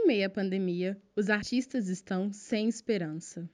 Em meio à pandemia, os artistas estão sem esperança.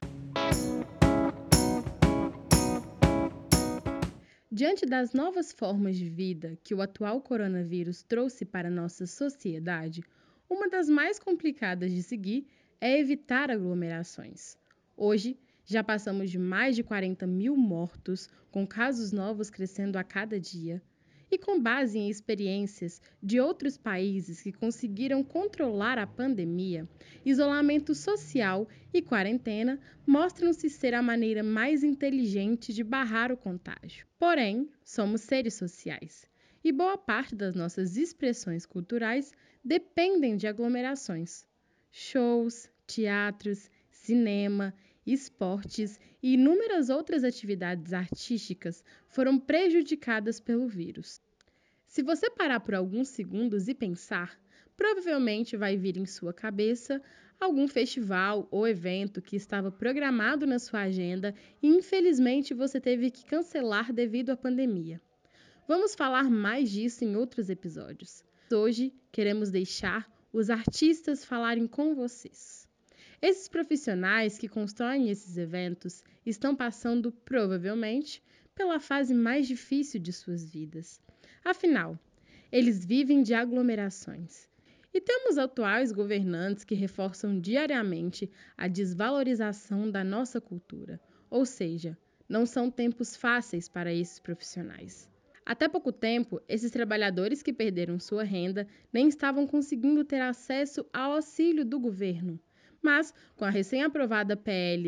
Diante das novas formas de vida que o atual coronavírus trouxe para nossa sociedade, uma das mais complicadas de seguir é evitar aglomerações. Hoje, já passamos de mais de 40 mil mortos, com casos novos crescendo a cada dia. E com base em experiências de outros países que conseguiram controlar a pandemia, isolamento social e quarentena mostram-se ser a maneira mais inteligente de barrar o contágio. Porém, somos seres sociais e boa parte das nossas expressões culturais dependem de aglomerações. Shows, teatros, cinema, esportes e inúmeras outras atividades artísticas foram prejudicadas pelo vírus. Se você parar por alguns segundos e pensar, provavelmente vai vir em sua cabeça algum festival ou evento que estava programado na sua agenda e infelizmente você teve que cancelar devido à pandemia. Vamos falar mais disso em outros episódios. Hoje queremos deixar os artistas falarem com vocês. Esses profissionais que constroem esses eventos estão passando, provavelmente, pela fase mais difícil de suas vidas. Afinal, eles vivem de aglomerações. E temos atuais governantes que reforçam diariamente a desvalorização da nossa cultura. Ou seja, não são tempos fáceis para esses profissionais. Até pouco tempo, esses trabalhadores que perderam sua renda nem estavam conseguindo ter acesso ao auxílio do governo. Mas, com a recém-aprovada PL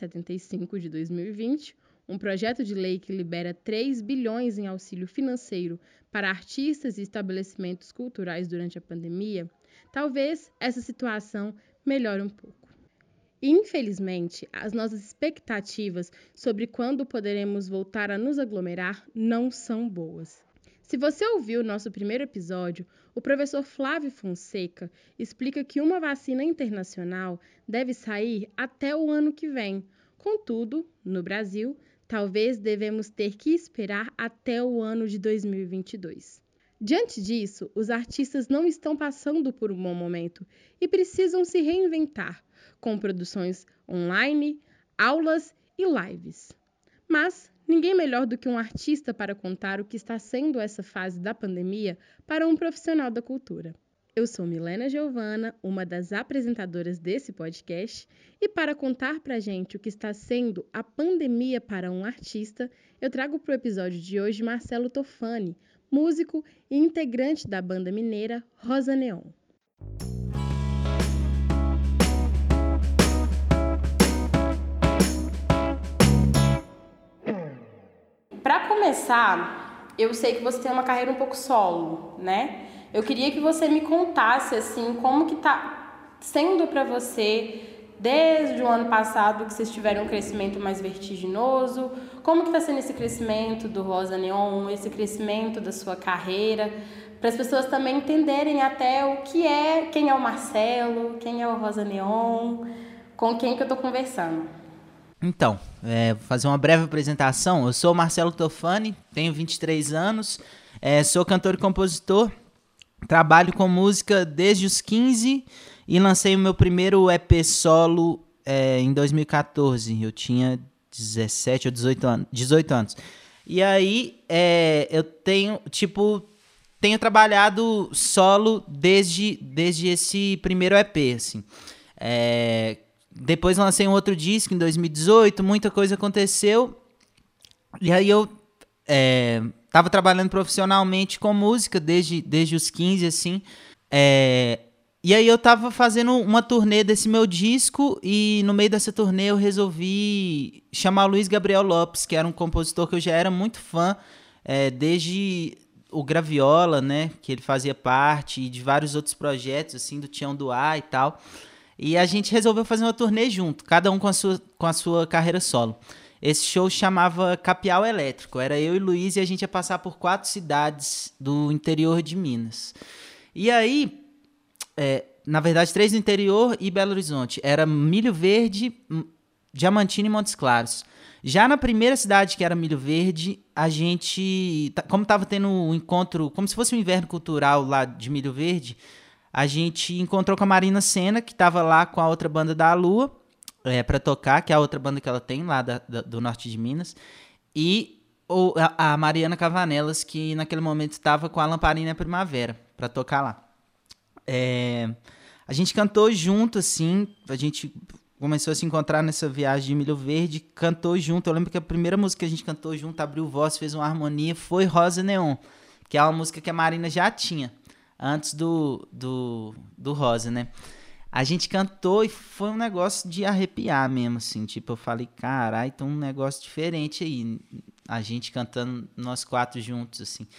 1075 de 2020, um projeto de lei que libera 3 bilhões em auxílio financeiro para artistas e estabelecimentos culturais durante a pandemia, talvez essa situação melhore um pouco. Infelizmente, as nossas expectativas sobre quando poderemos voltar a nos aglomerar não são boas. Se você ouviu o nosso primeiro episódio, o professor Flávio Fonseca explica que uma vacina internacional deve sair até o ano que vem. Contudo, no Brasil, talvez devemos ter que esperar até o ano de 2022. Diante disso, os artistas não estão passando por um bom momento e precisam se reinventar, com produções online, aulas e lives. Mas ninguém melhor do que um artista para contar o que está sendo essa fase da pandemia para um profissional da cultura. Eu sou Milena Giovana, uma das apresentadoras desse podcast, e para contar pra gente o que está sendo a pandemia para um artista, eu trago para o episódio de hoje Marcelo Tofani, músico e integrante da banda mineira Rosa Neon. Para começar, eu sei que você tem uma carreira um pouco solo, né? Eu queria que você me contasse, assim, como que tá sendo para você, desde o ano passado, que vocês tiveram um crescimento mais vertiginoso, como que tá sendo esse crescimento do Rosa Neon, esse crescimento da sua carreira, para as pessoas também entenderem até o que é, quem é o Marcelo, quem é o Rosa Neon, com quem que eu tô conversando. Então, vou fazer uma breve apresentação. Eu sou o Marcelo Tofani, tenho 23 anos, sou cantor e compositor, trabalho com música desde os 15 e lancei o meu primeiro EP solo em 2014. Eu tinha 17 ou 18 anos. E aí eu tenho trabalhado solo desde esse primeiro EP, assim. Depois lancei um outro disco em 2018, muita coisa aconteceu. E aí eu tava trabalhando profissionalmente com música desde os 15, assim. E aí eu tava fazendo uma turnê desse meu disco e no meio dessa turnê eu resolvi chamar o Luiz Gabriel Lopes, que era um compositor que eu já era muito fã, desde o Graviola, né, que ele fazia parte, e de vários outros projetos, assim, do Tião do Ar e tal. E a gente resolveu fazer uma turnê junto, cada um com a sua carreira solo. Esse show chamava Capial Elétrico, era eu e Luiz e a gente ia passar por 4 cidades do interior de Minas. E aí, na verdade 3 do interior e Belo Horizonte, era Milho Verde, Diamantina e Montes Claros. Já na primeira cidade, que era Milho Verde, a gente, como estava tendo um encontro, como se fosse um inverno cultural lá de Milho Verde, a gente encontrou com a Marina Sena, que estava lá com a outra banda da Lua, para tocar, que é a outra banda que ela tem lá do norte de Minas, e a Mariana Cavanelas, que naquele momento estava com a Lamparina Primavera, para tocar lá. A gente cantou junto, assim, a gente começou a se encontrar nessa viagem de Milho Verde, cantou junto. Eu lembro que a primeira música que a gente cantou junto, abriu voz, fez uma harmonia, foi Rosa Neon, que é uma música que a Marina já tinha, antes do Rosa, né? A gente cantou e foi um negócio de arrepiar mesmo, assim, tipo, eu falei, carai, tem um negócio diferente aí, a gente cantando nós 4 juntos, assim.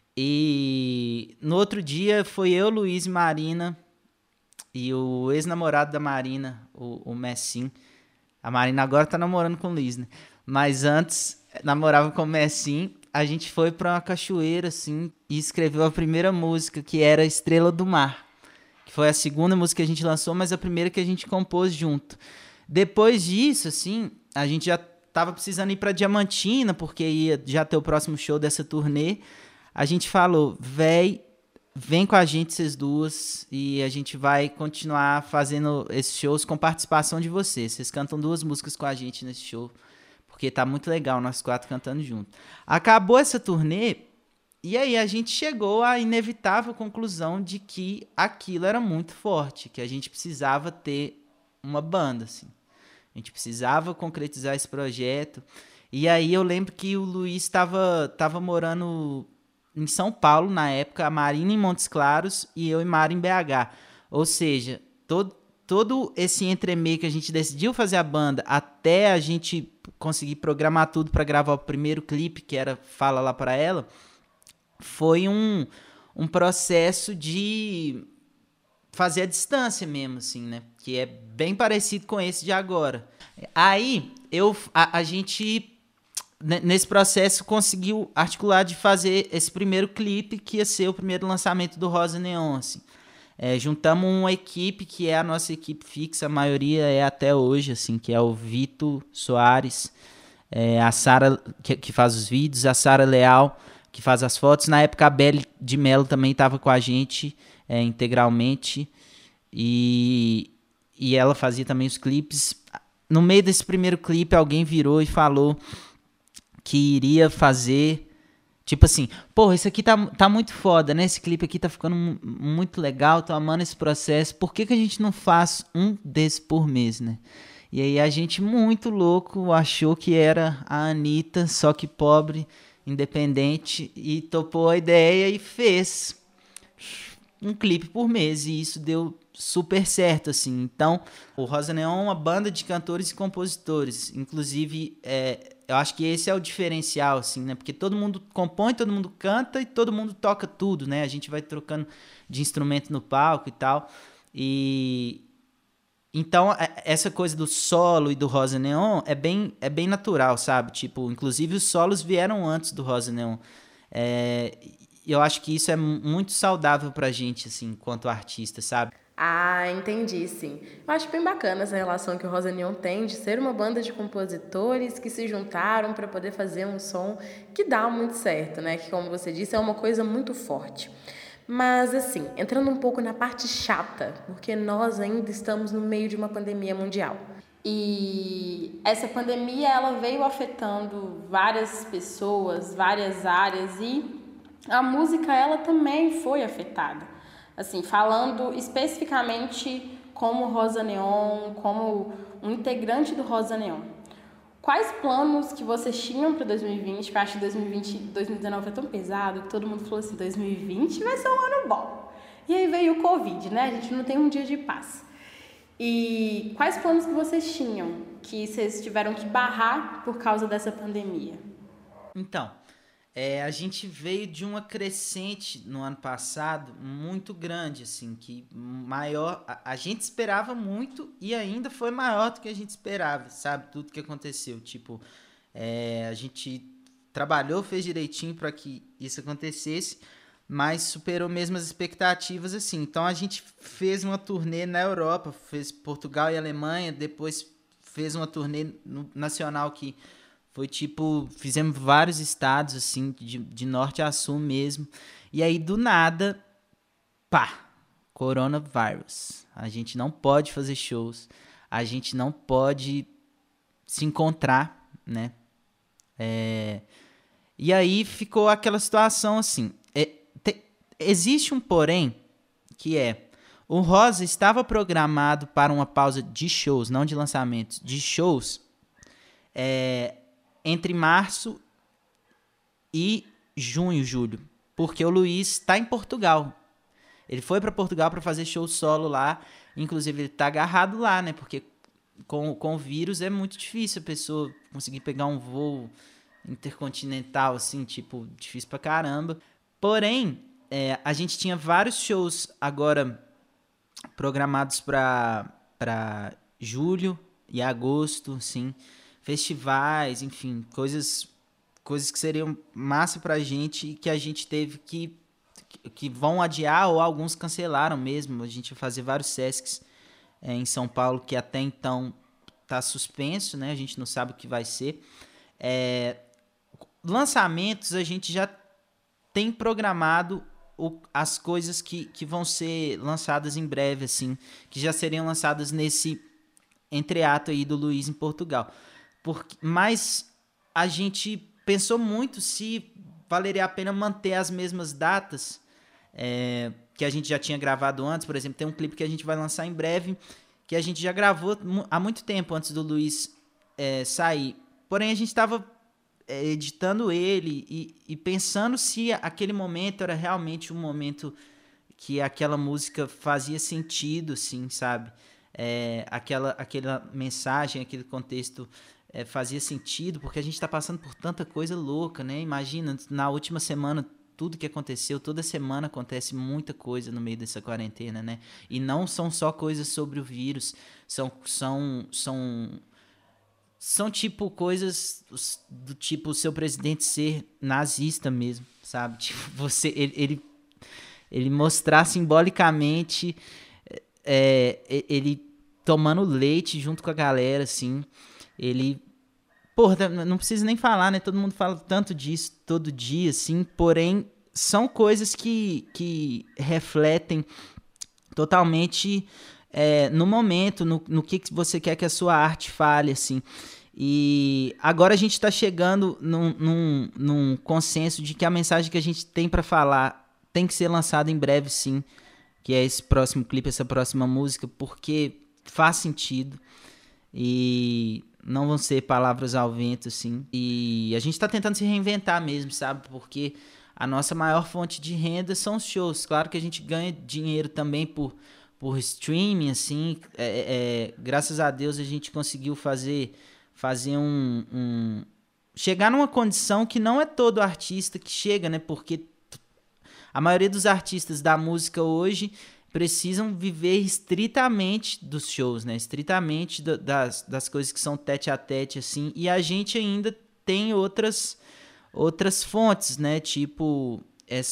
E no outro dia foi eu, Luiz e Marina, e o ex-namorado da Marina, o Messim. A Marina agora tá namorando com o Luiz, né? Mas antes namorava com o Messim. A gente foi pra uma cachoeira, assim, e escreveu a primeira música, que era Estrela do Mar. Que foi a segunda música que a gente lançou, mas a primeira que a gente compôs junto. Depois disso, assim, a gente já tava precisando ir pra Diamantina, porque ia já ter o próximo show dessa turnê. A gente falou, véi, vem com a gente vocês duas e a gente vai continuar fazendo esses shows com participação de vocês. Vocês cantam 2 músicas com a gente nesse show, porque tá muito legal nós 4 cantando junto. Acabou essa turnê e aí a gente chegou à inevitável conclusão de que aquilo era muito forte, que a gente precisava ter uma banda, assim. A gente precisava concretizar esse projeto. E aí eu lembro que o Luiz estava morando em São Paulo na época, a Marina em Montes Claros e eu e Mara em BH. Ou seja, todo esse entremeio que a gente decidiu fazer a banda até a gente conseguir programar tudo para gravar o primeiro clipe, que era Fala Lá Pra Ela, foi um processo de fazer a distância mesmo, assim, né? Que é bem parecido com esse de agora. Aí, a gente, nesse processo, conseguiu articular de fazer esse primeiro clipe, que ia ser o primeiro lançamento do Rosa Neon, assim. Juntamos uma equipe, que é a nossa equipe fixa, a maioria é até hoje, assim, que é o Vitor Soares, a Sara, que faz os vídeos, a Sara Leal, que faz as fotos. Na época, a Belle de Mello também estava com a gente integralmente, e ela fazia também os clipes. No meio desse primeiro clipe, alguém virou e falou que iria fazer, tipo assim, pô, isso aqui tá muito foda, né? Esse clipe aqui tá ficando muito legal, tô amando esse processo, por que a gente não faz um desse por mês, né? E aí a gente, muito louco, achou que era a Anitta, só que pobre, independente, e topou a ideia e fez um clipe por mês, e isso deu super certo, assim. Então, o Rosa Neon é uma banda de cantores e compositores. Inclusive, eu acho que esse é o diferencial, assim, né? Porque todo mundo compõe, todo mundo canta e todo mundo toca tudo, né? A gente vai trocando de instrumento no palco e tal. E então, essa coisa do solo e do Rosa Neon é bem natural, sabe? Tipo, inclusive os solos vieram antes do Rosa Neon. Eu acho que isso é muito saudável pra gente, assim, enquanto artista, sabe? Ah, entendi, sim. Eu acho bem bacana essa relação que o Rosa Neon tem de ser uma banda de compositores que se juntaram para poder fazer um som que dá muito certo, né? Que, como você disse, é uma coisa muito forte. Mas, assim, entrando um pouco na parte chata, porque nós ainda estamos no meio de uma pandemia mundial. E essa pandemia, ela veio afetando várias pessoas, várias áreas, e a música, ela também foi afetada. Assim, falando especificamente como Rosa Neon, como um integrante do Rosa Neon. Quais planos que vocês tinham para 2020? Porque eu acho que 2020, 2019 foi tão pesado que todo mundo falou assim, 2020 vai ser um ano bom. E aí veio o Covid, né? A gente não tem um dia de paz. E quais planos que vocês tinham que vocês tiveram que barrar por causa dessa pandemia? Então, a gente veio de uma crescente no ano passado muito grande, assim, que maior, a gente esperava muito e ainda foi maior do que a gente esperava, sabe? Tudo que aconteceu, tipo, a gente trabalhou, fez direitinho para que isso acontecesse, mas superou mesmo as expectativas, assim. Então a gente fez uma turnê na Europa, fez Portugal e Alemanha, depois fez uma turnê nacional que foi tipo, fizemos vários estados, assim, de norte a sul mesmo. E aí, do nada, pá, coronavírus. A gente não pode fazer shows, a gente não pode se encontrar, né? E aí ficou aquela situação assim. Existe um porém, que o Rosa estava programado para uma pausa de shows, não de lançamentos, de shows, entre março e junho, julho, porque o Luiz está em Portugal. Ele foi para Portugal para fazer show solo lá, inclusive ele tá agarrado lá, né? Porque com o vírus é muito difícil a pessoa conseguir pegar um voo intercontinental, assim, tipo, difícil pra caramba. Porém, a gente tinha vários shows agora programados para julho e agosto, assim, festivais, enfim, coisas que seriam massa pra gente e que a gente teve que vão adiar ou alguns cancelaram mesmo. A gente vai fazer vários Sescs em São Paulo que até então tá suspenso, né? A gente não sabe o que vai ser. Lançamentos a gente já tem programado as coisas que vão ser lançadas em breve, assim, que já seriam lançadas nesse entreato aí do Luiz em Portugal. Mas a gente pensou muito se valeria a pena manter as mesmas datas que a gente já tinha gravado antes. Por exemplo, tem um clipe que a gente vai lançar em breve, que a gente já gravou há muito tempo antes do Luiz sair. Porém, a gente estava editando ele e pensando se aquele momento era realmente um momento que aquela música fazia sentido, assim, sabe? Aquela mensagem, aquele contexto fazia sentido, porque a gente está passando por tanta coisa louca, né? Imagina, na última semana, tudo que aconteceu, toda semana acontece muita coisa no meio dessa quarentena, né? E não são só coisas sobre o vírus, são tipo coisas do tipo o seu presidente ser nazista mesmo, sabe? Tipo, ele mostrar simbolicamente ele tomando leite junto com a galera, assim. Ele... Porra, não preciso nem falar, né? Todo mundo fala tanto disso todo dia, assim. Porém, são coisas que refletem totalmente no momento, no que você quer que a sua arte fale, assim. E agora a gente está chegando num consenso de que a mensagem que a gente tem para falar tem que ser lançada em breve, sim, que é esse próximo clipe, essa próxima música, porque faz sentido e não vão ser palavras ao vento, assim. E a gente tá tentando se reinventar mesmo, sabe? Porque a nossa maior fonte de renda são os shows. Claro que a gente ganha dinheiro também por streaming, assim. Graças a Deus a gente conseguiu fazer chegar numa condição que não é todo artista que chega, né? Porque a maioria dos artistas da música hoje precisam viver estritamente dos shows, né? Estritamente das coisas que são tete a tete, assim. E a gente ainda tem outras fontes, né? Tipo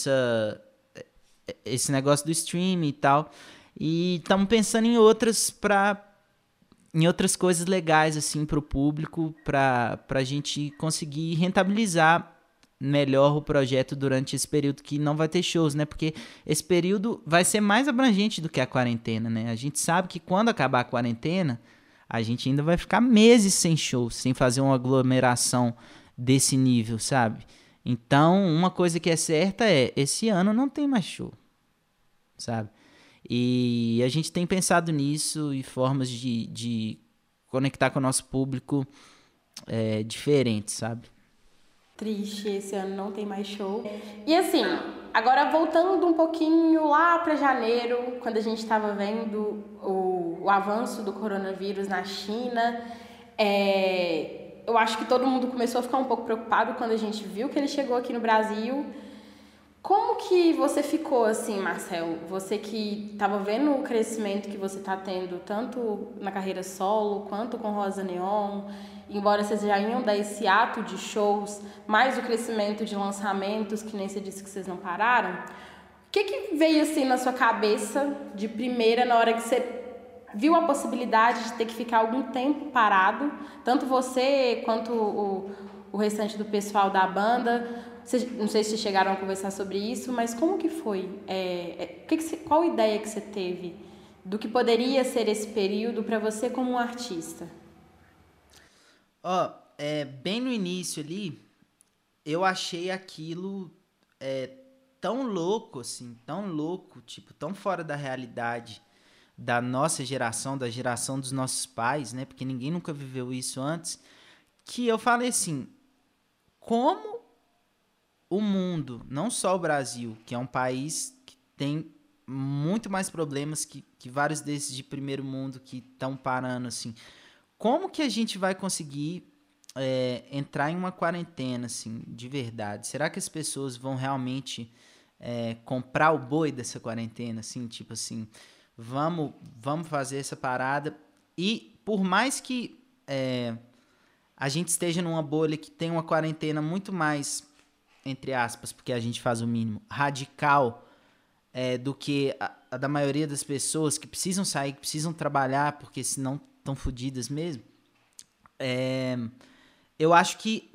esse negócio do streaming e tal. E estamos pensando em outras coisas legais, assim, para o público, para a gente conseguir rentabilizar melhor o projeto durante esse período que não vai ter shows, né? Porque esse período vai ser mais abrangente do que a quarentena, né? A gente sabe que quando acabar a quarentena, a gente ainda vai ficar meses sem shows, sem fazer uma aglomeração desse nível, sabe? Então, uma coisa que é certa esse ano não tem mais show, sabe? E a gente tem pensado nisso e formas de conectar com o nosso público diferentes, sabe? Triste, esse ano não tem mais show. E assim, agora voltando um pouquinho lá para janeiro, quando a gente estava vendo o avanço do coronavírus na China, eu acho que todo mundo começou a ficar um pouco preocupado quando a gente viu que ele chegou aqui no Brasil. Como que você ficou assim, Marcel? Você que estava vendo o crescimento que você está tendo, tanto na carreira solo, quanto com Rosa Neon, embora vocês já iam dar esse ato de shows, mais o crescimento de lançamentos, que nem você disse que vocês não pararam. O que veio assim na sua cabeça de primeira, na hora que você viu a possibilidade de ter que ficar algum tempo parado, tanto você quanto o restante do pessoal da banda? Não sei se chegaram a conversar sobre isso, mas como que foi? Qual ideia que você teve do que poderia ser esse período para você como um artista? Bem no início ali, eu achei aquilo tão louco, assim, tão louco, tipo, tão fora da realidade da nossa geração, da geração dos nossos pais, né? Porque ninguém nunca viveu isso antes, que eu falei assim, como o mundo, não só o Brasil, que é um país que tem muito mais problemas que vários desses de primeiro mundo que estão parando, assim, como que a gente vai conseguir entrar em uma quarentena, assim, de verdade? Será que as pessoas vão realmente comprar o boi dessa quarentena, assim, tipo assim, vamos fazer essa parada? E por mais que a gente esteja numa bolha que tem uma quarentena muito mais, entre aspas, porque a gente faz o mínimo, radical do que a da maioria das pessoas que precisam sair, que precisam trabalhar, porque senão estão fodidas mesmo, eu acho que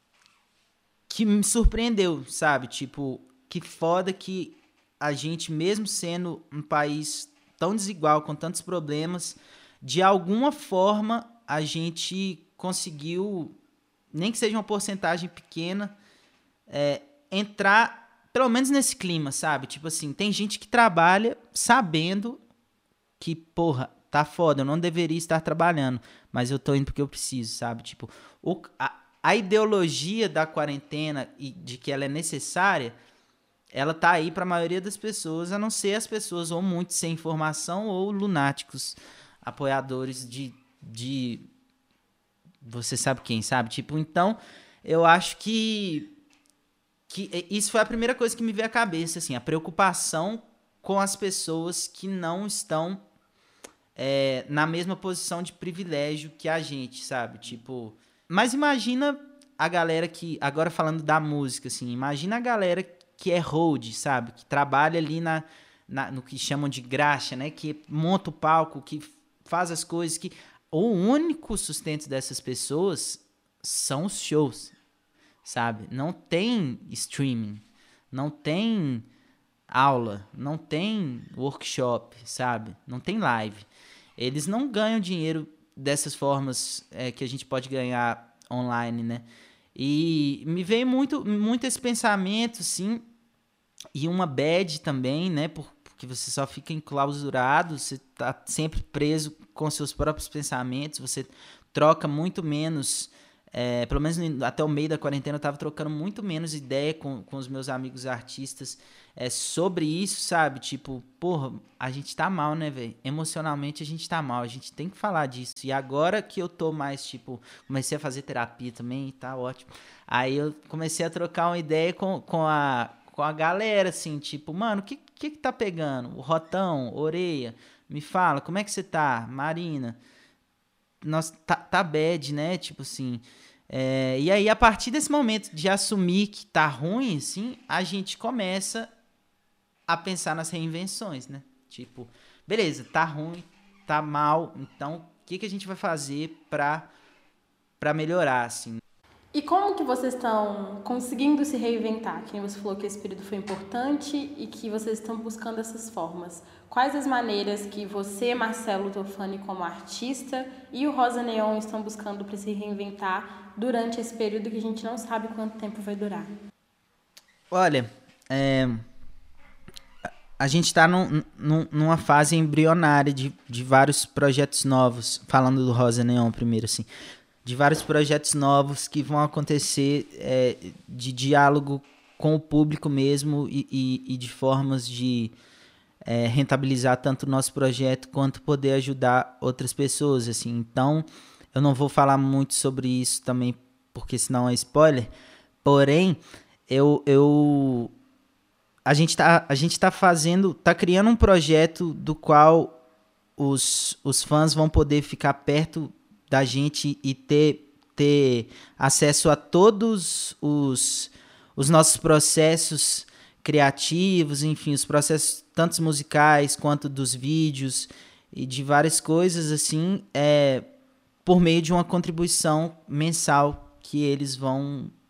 me surpreendeu, sabe? Tipo, que foda que a gente, mesmo sendo um país tão desigual, com tantos problemas, de alguma forma a gente conseguiu, nem que seja uma porcentagem pequena, entrar pelo menos nesse clima, sabe? Tipo assim, tem gente que trabalha sabendo que, porra, tá foda, eu não deveria estar trabalhando, mas eu tô indo porque eu preciso, sabe? Tipo, a ideologia da quarentena e de que ela é necessária, ela tá aí pra maioria das pessoas, a não ser as pessoas ou muito sem informação ou lunáticos apoiadores de você sabe quem, sabe? Tipo, então, eu acho que isso foi a primeira coisa que me veio à cabeça, assim, a preocupação com as pessoas que não estão na mesma posição de privilégio que a gente, sabe? Tipo, mas imagina a galera que, agora falando da música, assim, imagina a galera que é road, sabe? Que trabalha ali no que chamam de graxa, né? Que monta o palco, que faz as coisas, que o único sustento dessas pessoas são os shows, sabe? Não tem streaming, não tem aula, não tem workshop, sabe? Não tem live. Eles não ganham dinheiro dessas formas que a gente pode ganhar online, né? E me veio muito esse pensamento, sim, e uma bad também, né? Porque você só fica enclausurado, você tá sempre preso com seus próprios pensamentos, você troca muito menos, pelo menos até o meio da quarentena eu tava trocando muito menos ideia com os meus amigos artistas sobre isso, sabe? Tipo, porra, a gente tá mal, né, velho? Emocionalmente a gente tá mal, a gente tem que falar disso. E agora que eu tô mais, tipo, comecei a fazer terapia também, tá ótimo. Aí eu comecei a trocar uma ideia com a galera, assim, tipo, mano, o que tá pegando? O Rotão, Oreia, me fala, como é que você tá? Marina, nossa, tá bad, né? Tipo assim. E aí, a partir desse momento de assumir que tá ruim, assim, a gente começa a pensar nas reinvenções, né? Tipo, beleza, tá ruim, tá mal, então o que a gente vai fazer pra melhorar, assim? E como que vocês estão conseguindo se reinventar? Quem você falou que esse período foi importante e que vocês estão buscando essas formas. Quais as maneiras que você, Marcelo Tofani, como artista, e o Rosa Neon estão buscando para se reinventar durante esse período que a gente não sabe quanto tempo vai durar? Olha, a gente está numa fase embrionária de vários projetos novos, falando do Rosa Neon primeiro, assim, de vários projetos novos que vão acontecer de diálogo com o público mesmo e de formas de rentabilizar tanto o nosso projeto quanto poder ajudar outras pessoas, assim. Então, eu não vou falar muito sobre isso também, porque senão é spoiler, porém, a gente tá criando um projeto do qual os fãs vão poder ficar perto da gente e ter acesso a todos os nossos processos criativos, enfim, os processos tanto musicais quanto dos vídeos e de várias coisas, assim, por meio de uma contribuição mensal que eles vão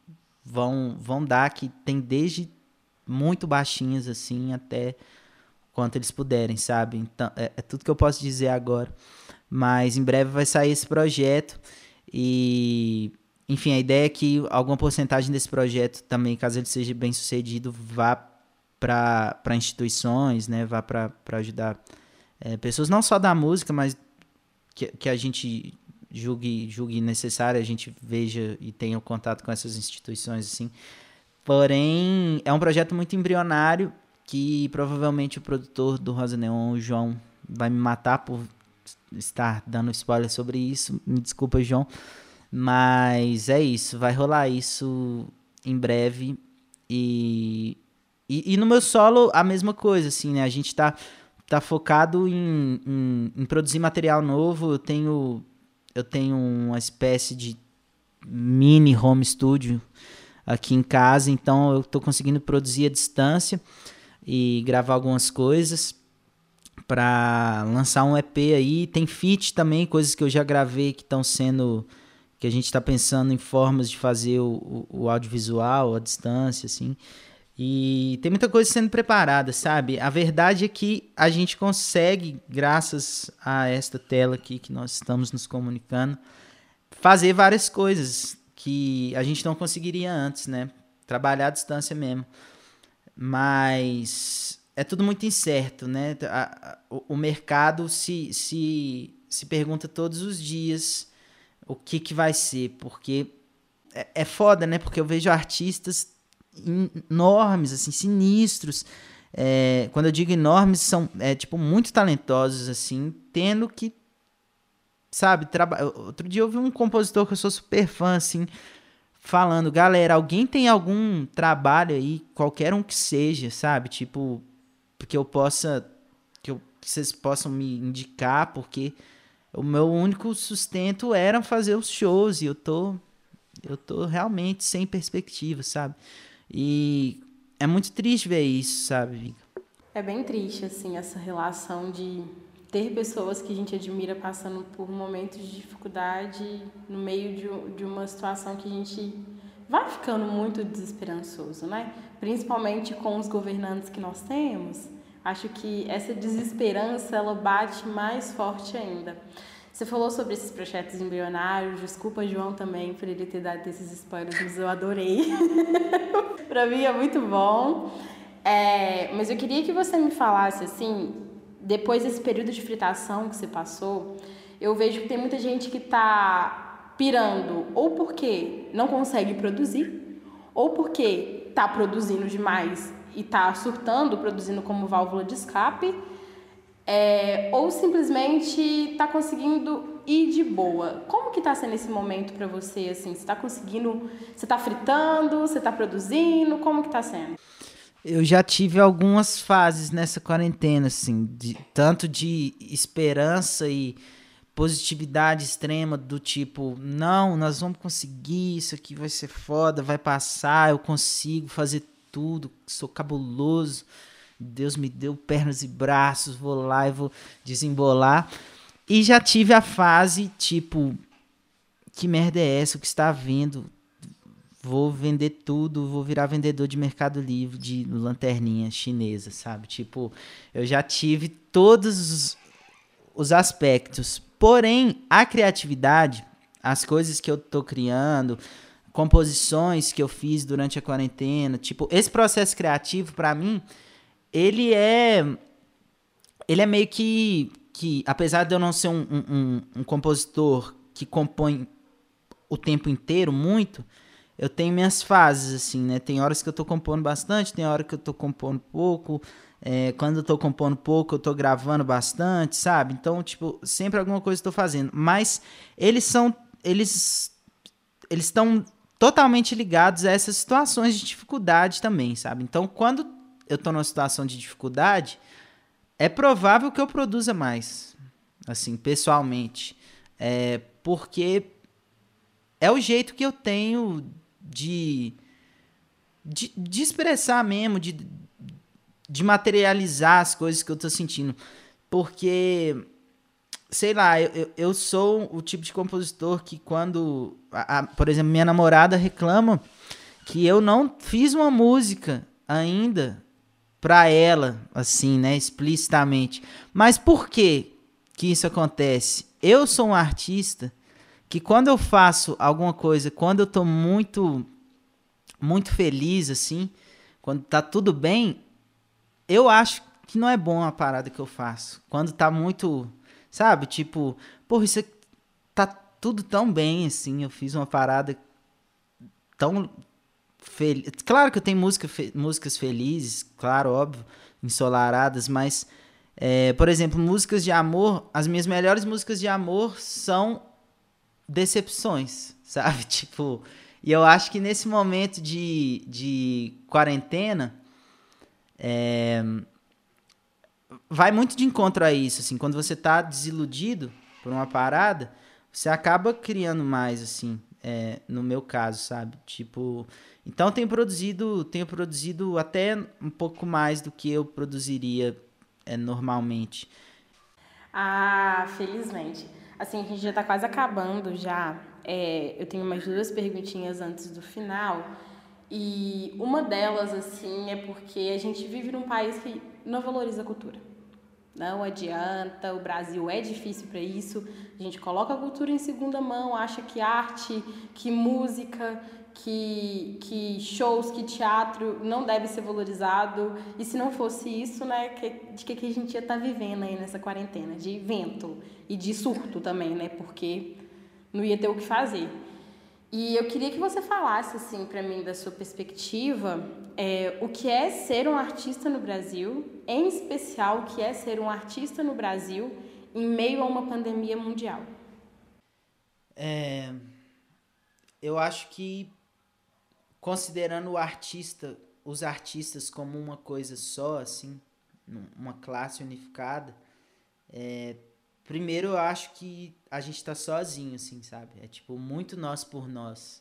vão dar, que tem desde muito baixinhas, assim, até quanto eles puderem, sabe? Então, é tudo que eu posso dizer agora. Mas em breve vai sair esse projeto e, enfim, a ideia é que alguma porcentagem desse projeto também, caso ele seja bem sucedido, vá para instituições, né? Vá para ajudar pessoas não só da música, mas que a gente julgue necessário, a gente veja e tenha contato com essas instituições, assim. Porém, é um projeto muito embrionário que provavelmente o produtor do Rosa Neon, o João, vai me matar por estar dando spoiler sobre isso. Me desculpa, João. Mas é isso, vai rolar isso em breve. E no meu solo, a mesma coisa, assim, né? A gente tá focado em produzir material novo. Eu tenho uma espécie de mini home studio aqui em casa, então eu tô conseguindo produzir à distância e gravar algumas coisas para lançar um EP aí. Tem feat também, coisas que eu já gravei que a gente tá pensando em formas de fazer o audiovisual à distância, assim. E tem muita coisa sendo preparada, sabe? A verdade é que a gente consegue, graças a esta tela aqui que nós estamos nos comunicando, fazer várias coisas que a gente não conseguiria antes, né? Trabalhar à distância mesmo. Mas é tudo muito incerto, né? O mercado se pergunta todos os dias o que vai ser, porque é foda, né? Porque eu vejo artistas enormes, assim, sinistros. Quando eu digo enormes, são tipo muito talentosos, assim, tendo que, sabe, outro dia eu vi um compositor que eu sou super fã, assim, falando, galera, alguém tem algum trabalho aí, qualquer um que seja, sabe, tipo, que vocês possam me indicar, porque o meu único sustento era fazer os shows e eu tô realmente sem perspectiva, sabe? E é muito triste ver isso, sabe, Vika? É bem triste, assim, essa relação de ter pessoas que a gente admira passando por momentos de dificuldade no meio de uma situação que a gente vai ficando muito desesperançoso, né? Principalmente com os governantes que nós temos. Acho que essa desesperança, ela bate mais forte ainda. Você falou sobre esses projetos embrionários, desculpa, João, também, por ele ter dado esses spoilers, mas eu adorei. Pra mim é muito bom. Mas eu queria que você me falasse, assim, depois desse período de fritação que você passou, eu vejo que tem muita gente que tá pirando, ou porque não consegue produzir, ou porque tá produzindo demais e tá surtando, produzindo como válvula de escape, ou simplesmente tá conseguindo ir de boa. Como que tá sendo esse momento para você, assim? Você tá conseguindo, você tá fritando, você tá produzindo, como que tá sendo? Eu já tive algumas fases nessa quarentena, assim, tanto de esperança e positividade extrema, do tipo, não, nós vamos conseguir, isso aqui vai ser foda, vai passar, eu consigo fazer tudo, sou cabuloso, Deus me deu pernas e braços, vou lá e vou desembolar. E já tive a fase, tipo, que merda é essa, o que está vendo? Vou vender tudo, vou virar vendedor de Mercado Livre, de lanterninha chinesa, sabe? Tipo, eu já tive todos os aspectos. Porém, a criatividade, as coisas que eu tô criando, composições que eu fiz durante a quarentena, tipo, esse processo criativo, pra mim, ele é meio que apesar de eu não ser um compositor que compõe o tempo inteiro muito, eu tenho minhas fases, assim, né? Tem horas que eu tô compondo bastante, tem hora que eu tô compondo pouco. Quando eu tô compondo pouco, eu tô gravando bastante, sabe? Então, tipo, sempre alguma coisa eu tô fazendo. Mas eles estão totalmente ligados a essas situações de dificuldade também, sabe? Então, quando eu tô numa situação de dificuldade, é provável que eu produza mais, assim, pessoalmente. Porque é o jeito que eu tenho de expressar mesmo, de materializar as coisas que eu tô sentindo. Porque, sei lá, eu sou o tipo de compositor que quando, por exemplo, minha namorada reclama que eu não fiz uma música ainda pra ela, assim, né, explicitamente. Mas por que isso acontece? Eu sou um artista que quando eu faço alguma coisa, quando eu tô muito, muito feliz, assim, quando tá tudo bem, eu acho que não é bom a parada que eu faço. Quando tá muito, sabe, tipo, porra, isso tá tudo tão bem, assim, eu fiz uma parada tão feliz. Claro que eu tenho músicas felizes, claro, óbvio, ensolaradas, mas, por exemplo, músicas de amor, as minhas melhores músicas de amor são decepções, sabe? Tipo, e eu acho que nesse momento de quarentena, vai muito de encontro a isso, assim, quando você tá desiludido por uma parada, você acaba criando mais, assim, no meu caso, sabe? Tipo, então tenho produzido até um pouco mais do que eu produziria normalmente. Ah, felizmente. Assim, a gente já tá quase acabando já. Eu tenho umas duas perguntinhas antes do final. E uma delas, assim, é porque a gente vive num país que não valoriza a cultura. Não adianta, o Brasil é difícil para isso. A gente coloca a cultura em segunda mão, acha que arte, que música, que shows, que teatro não deve ser valorizado. E se não fosse isso, né, de que a gente ia estar vivendo aí nessa quarentena? De vento e de surto também, né? Porque não ia ter o que fazer. E eu queria que você falasse, assim, para mim, da sua perspectiva, o que é ser um artista no Brasil, em especial o que é ser um artista no Brasil em meio a uma pandemia mundial. Eu acho que, considerando os artistas como uma coisa só, assim, uma classe unificada, primeiro eu acho que a gente tá sozinho, assim, sabe? É tipo, muito nós por nós.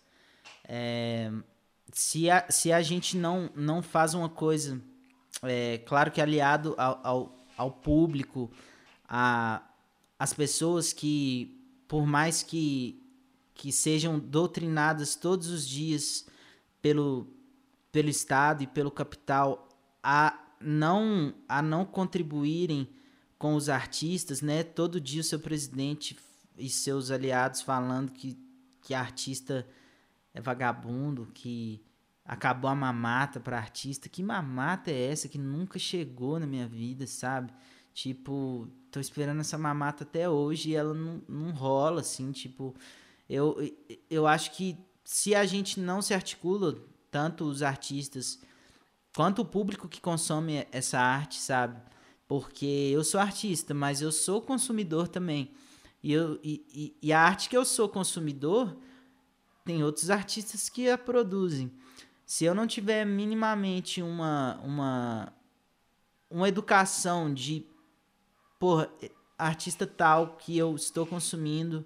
Se a gente não faz uma coisa, claro que aliado ao público, às pessoas que, por mais que sejam doutrinadas todos os dias pelo, pelo Estado e pelo capital a não contribuírem com os artistas, né? Todo dia o seu presidente e seus aliados falando que artista é vagabundo, que acabou a mamata para artista. Que mamata é essa que nunca chegou na minha vida, sabe? Tipo, tô esperando essa mamata até hoje e ela não rola, assim, tipo... Eu acho que se a gente não se articula, tanto os artistas quanto o público que consome essa arte, sabe? Porque eu sou artista, mas eu sou consumidor também. E a arte que eu sou consumidor, tem outros artistas que a produzem. Se eu não tiver minimamente uma educação de, porra, artista tal que eu estou consumindo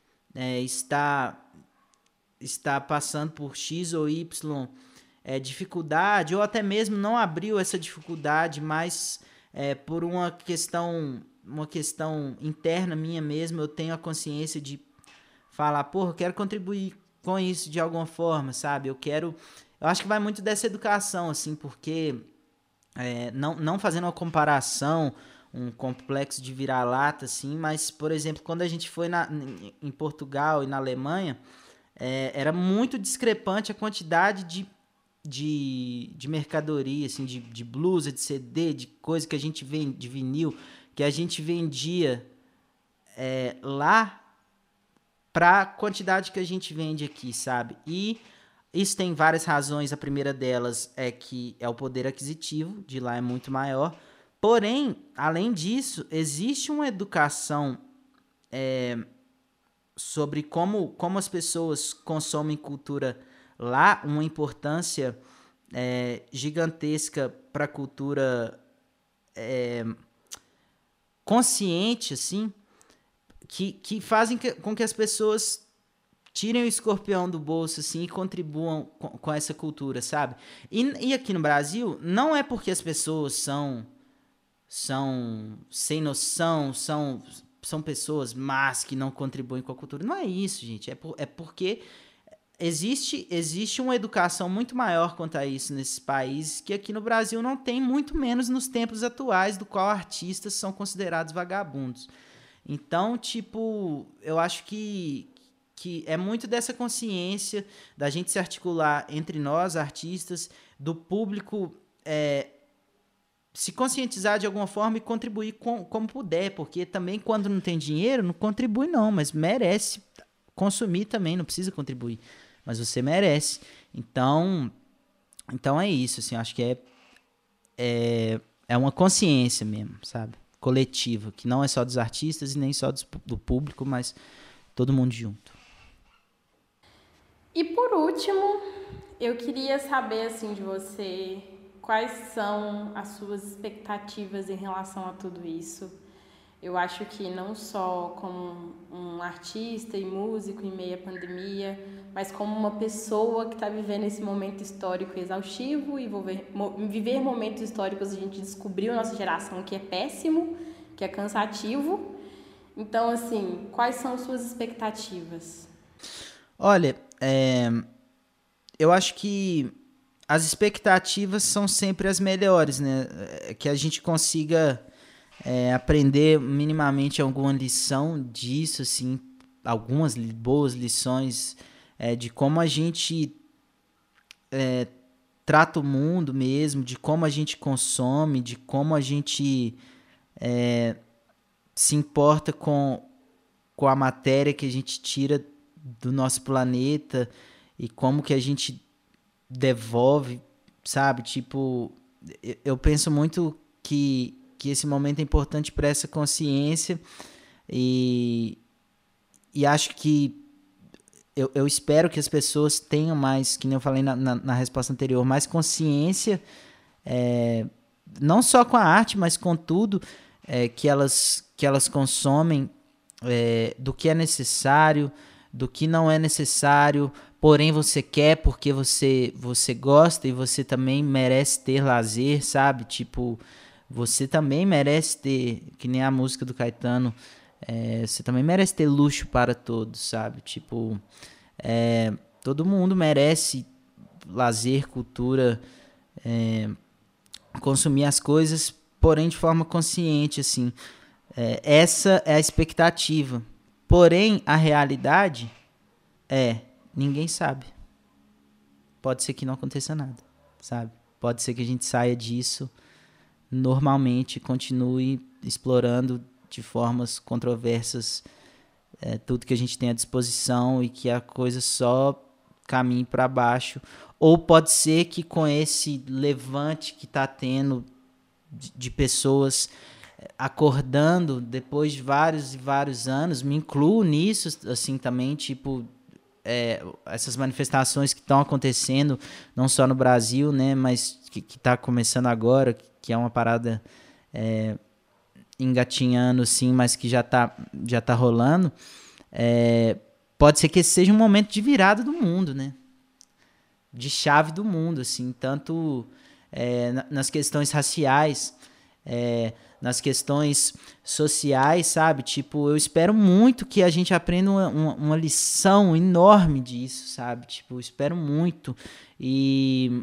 está passando por X ou Y dificuldade, ou até mesmo não abriu essa dificuldade, mas por uma questão interna minha mesmo, eu tenho a consciência de falar, porra, eu quero contribuir com isso de alguma forma, sabe? Eu acho que vai muito dessa educação, assim, porque não fazendo uma comparação, um complexo de vira-lata, assim, mas, por exemplo, quando a gente foi em Portugal e na Alemanha, era muito discrepante a quantidade de mercadoria, assim, de blusa, de CD, de coisa que a gente vende, de vinil, que a gente vendia lá para a quantidade que a gente vende aqui, sabe? E isso tem várias razões. A primeira delas é que o poder aquisitivo de lá é muito maior. Porém, além disso, existe uma educação sobre como as pessoas consomem cultura lá, uma importância gigantesca para a cultura consciente, assim, que fazem com que as pessoas tirem o escorpião do bolso, assim, e contribuam com essa cultura, sabe? E aqui no Brasil, não é porque as pessoas são sem noção, são pessoas más que não contribuem com a cultura. Não é isso, gente. É porque existe uma educação muito maior quanto a isso nesses países, que aqui no Brasil não tem, muito menos nos tempos atuais, do qual artistas são considerados vagabundos. Então, tipo, eu acho que é muito dessa consciência da gente se articular entre nós, artistas, do público se conscientizar de alguma forma e contribuir como puder, porque também quando não tem dinheiro, não contribui não, mas merece consumir também, não precisa contribuir, mas você merece. Então é isso, assim, acho que é uma consciência mesmo, sabe? Coletiva, que não é só dos artistas e nem só do público, mas todo mundo junto. E por último, eu queria saber assim de você, quais são as suas expectativas em relação a tudo isso? Eu acho que não só como um artista e músico em meio à pandemia, mas como uma pessoa que está vivendo esse momento histórico exaustivo e viver momentos históricos, a gente descobriu nossa geração que é péssimo, que é cansativo. Então, assim, quais são suas expectativas? Olha, eu acho que as expectativas são sempre as melhores, né? Que a gente consiga aprender minimamente alguma lição disso, assim, algumas boas lições de como a gente trata o mundo mesmo, de como a gente consome, de como a gente se importa com a matéria que a gente tira do nosso planeta e como que a gente devolve, sabe? Tipo, eu penso muito que esse momento é importante para essa consciência e acho que eu espero que as pessoas tenham mais, que nem eu falei na resposta anterior, mais consciência, não só com a arte, mas com tudo que elas consomem, do que é necessário, do que não é necessário, porém você quer porque você gosta e você também merece ter lazer, sabe? Tipo, você também merece ter, que nem a música do Caetano, você também merece ter luxo para todos, sabe? Tipo, todo mundo merece lazer, cultura, consumir as coisas, porém de forma consciente, assim. Essa é a expectativa. Porém, a realidade ninguém sabe. Pode ser que não aconteça nada, sabe? Pode ser que a gente saia disso normalmente, continue explorando de formas controversas tudo que a gente tem à disposição e que a coisa só caminhe para baixo. Ou pode ser que com esse levante que está tendo de pessoas acordando depois de vários e vários anos, me incluo nisso, assim, também, tipo, essas manifestações que estão acontecendo, não só no Brasil, né, mas que está começando agora, que é uma parada engatinhando, assim, mas que já tá rolando, pode ser que esse seja um momento de virada do mundo, né, de chave do mundo, assim, tanto nas questões raciais, nas questões sociais, sabe? Tipo, eu espero muito que a gente aprenda uma lição enorme disso, sabe? Tipo, eu espero muito. E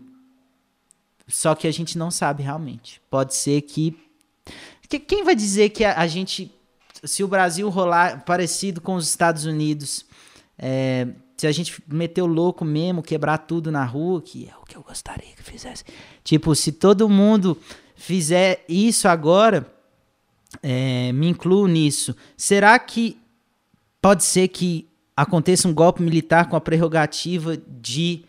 só que a gente não sabe realmente. Pode ser que quem vai dizer que a gente, se o Brasil rolar parecido com os Estados Unidos, se a gente meter o louco mesmo, quebrar tudo na rua, que é o que eu gostaria que fizesse. Tipo, se todo mundo fizer isso agora, me incluo nisso. Será que pode ser que aconteça um golpe militar com a prerrogativa de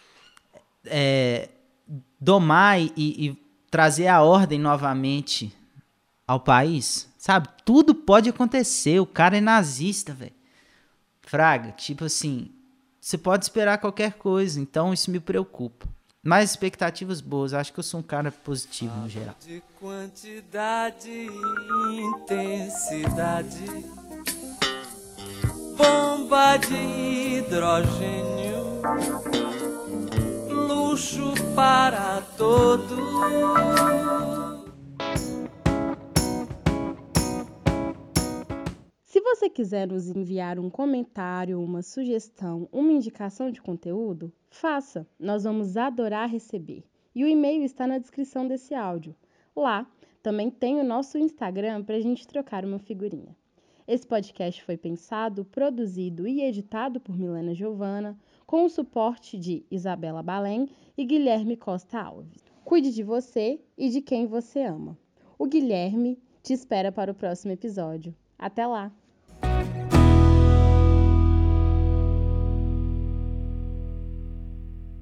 domar e trazer a ordem novamente ao país? Sabe? Tudo pode acontecer. O cara é nazista, velho. Fraga, tipo assim, você pode esperar qualquer coisa, então isso me preocupa. Mais expectativas boas, acho que eu sou um cara positivo no geral. De quantidade e intensidade, bomba de hidrogênio, luxo para todos. Se você quiser nos enviar um comentário, uma sugestão, uma indicação de conteúdo, faça. Nós vamos adorar receber. E o e-mail está na descrição desse áudio. Lá também tem o nosso Instagram para a gente trocar uma figurinha. Esse podcast foi pensado, produzido e editado por Milena Giovana, com o suporte de Isabela Balém e Guilherme Costa Alves. Cuide de você e de quem você ama. O Guilherme te espera para o próximo episódio. Até lá!